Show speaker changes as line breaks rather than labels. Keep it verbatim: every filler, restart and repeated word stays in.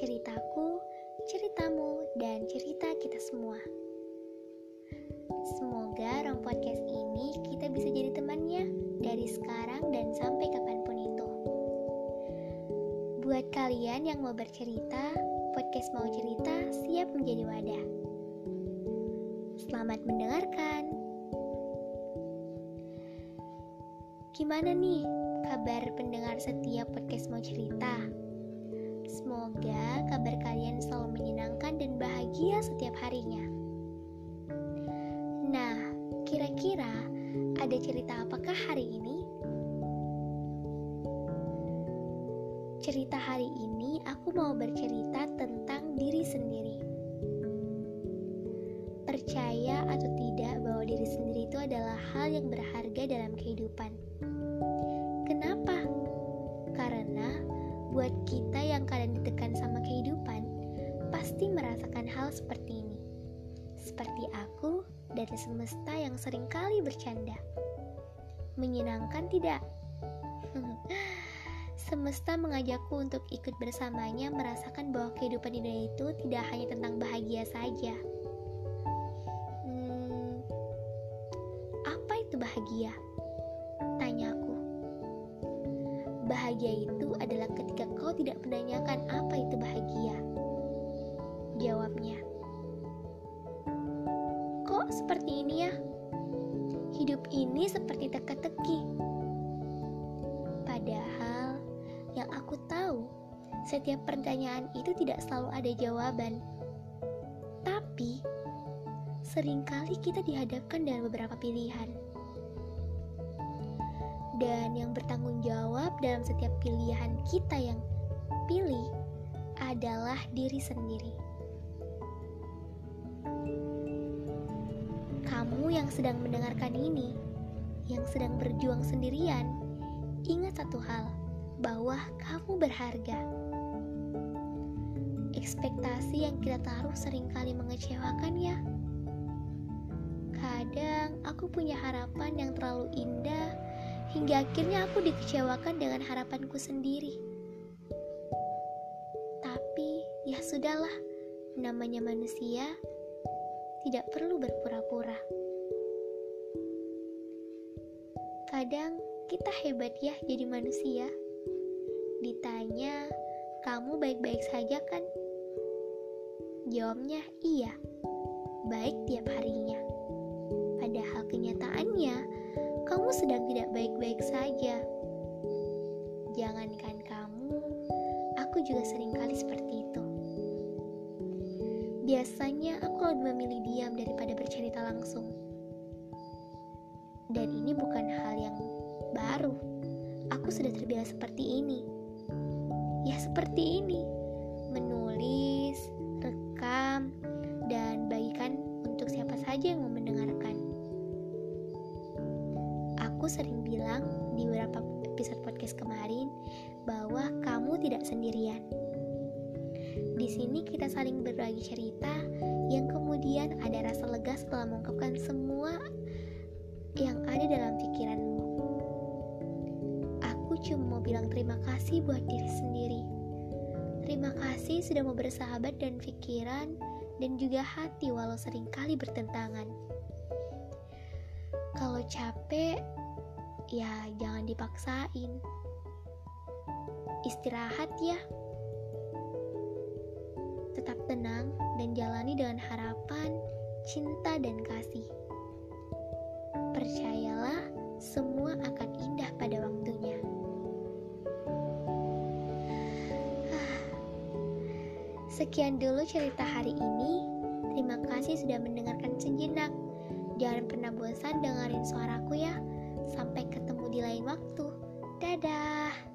Ceritaku, ceritamu, dan cerita kita semua. Semoga ruang podcast ini kita bisa jadi temannya dari sekarang dan sampai kapanpun itu. Buat kalian yang mau bercerita, podcast Mau Cerita siap menjadi wadah. Selamat mendengarkan. Gimana nih kabar pendengar setiap podcast Mau Cerita? Semoga kabar kalian selalu menyenangkan dan bahagia setiap harinya. Nah, kira-kira ada cerita apakah hari ini? Cerita hari ini aku mau bercerita tentang diri sendiri. Percaya atau tidak bahwa diri sendiri itu adalah hal yang berharga dalam kehidupan. Kenapa? Karena buat kita yang kadang ditekan sama kehidupan, pasti merasakan hal seperti ini. Seperti aku dan semesta yang seringkali bercanda. Menyenangkan tidak? Semesta mengajakku untuk ikut bersamanya merasakan bahwa kehidupan di dunia itu tidak hanya tentang bahagia saja. Hmm, apa itu bahagia? Tanyaku. Bahagia itu adalah ketika kau tidak menanyakan apa itu bahagia. Jawabnya, kok seperti ini ya? Hidup ini seperti teka-teki. Padahal yang aku tahu, setiap pertanyaan itu tidak selalu ada jawaban. Tapi seringkali kita dihadapkan dengan beberapa pilihan. Dan yang bertanggung jawab dalam setiap pilihan kita yang pilih adalah diri sendiri. Kamu yang sedang mendengarkan ini, yang sedang berjuang sendirian, ingat satu hal, bahwa kamu berharga. Ekspektasi yang kita taruh seringkali mengecewakan ya. Kadang aku punya harapan yang terlalu indah, hingga akhirnya aku dikecewakan dengan harapanku sendiri. Tapi ya sudahlah, namanya manusia, tidak perlu berpura-pura. Kadang kita hebat ya jadi manusia. Ditanya, kamu baik-baik saja kan? Jawabnya iya, baik tiap harinya. Padahal kenyataannya, kamu sedang tidak baik-baik saja. Jangankan kamu, aku juga seringkali seperti itu. Biasanya aku lebih memilih diam daripada bercerita langsung. Dan ini bukan hal yang baru. Aku sudah terbiasa seperti ini. Ya seperti ini. Menulis, rekam, dan bagikan untuk siapa saja yang mau mendengarkan. Aku sering bilang di beberapa episode podcast kemarin bahwa kamu tidak sendirian. Di sini kita saling berbagi cerita yang kemudian ada rasa lega setelah mengungkapkan semua yang ada dalam pikiranmu. Aku cuma mau bilang terima kasih buat diri sendiri. Terima kasih sudah mau bersahabat dan pikiran dan juga hati walau seringkali bertentangan. Kalau capek, ya jangan dipaksain. Istirahat ya. Tetap tenang dan jalani dengan harapan, cinta dan kasih. Percayalah, semua akan indah pada waktunya. Sekian dulu cerita hari ini. Terima kasih sudah mendengarkan sejenak. Jangan pernah bosan dengerin suaraku ya. Sampai ketemu di lain waktu. Dadah.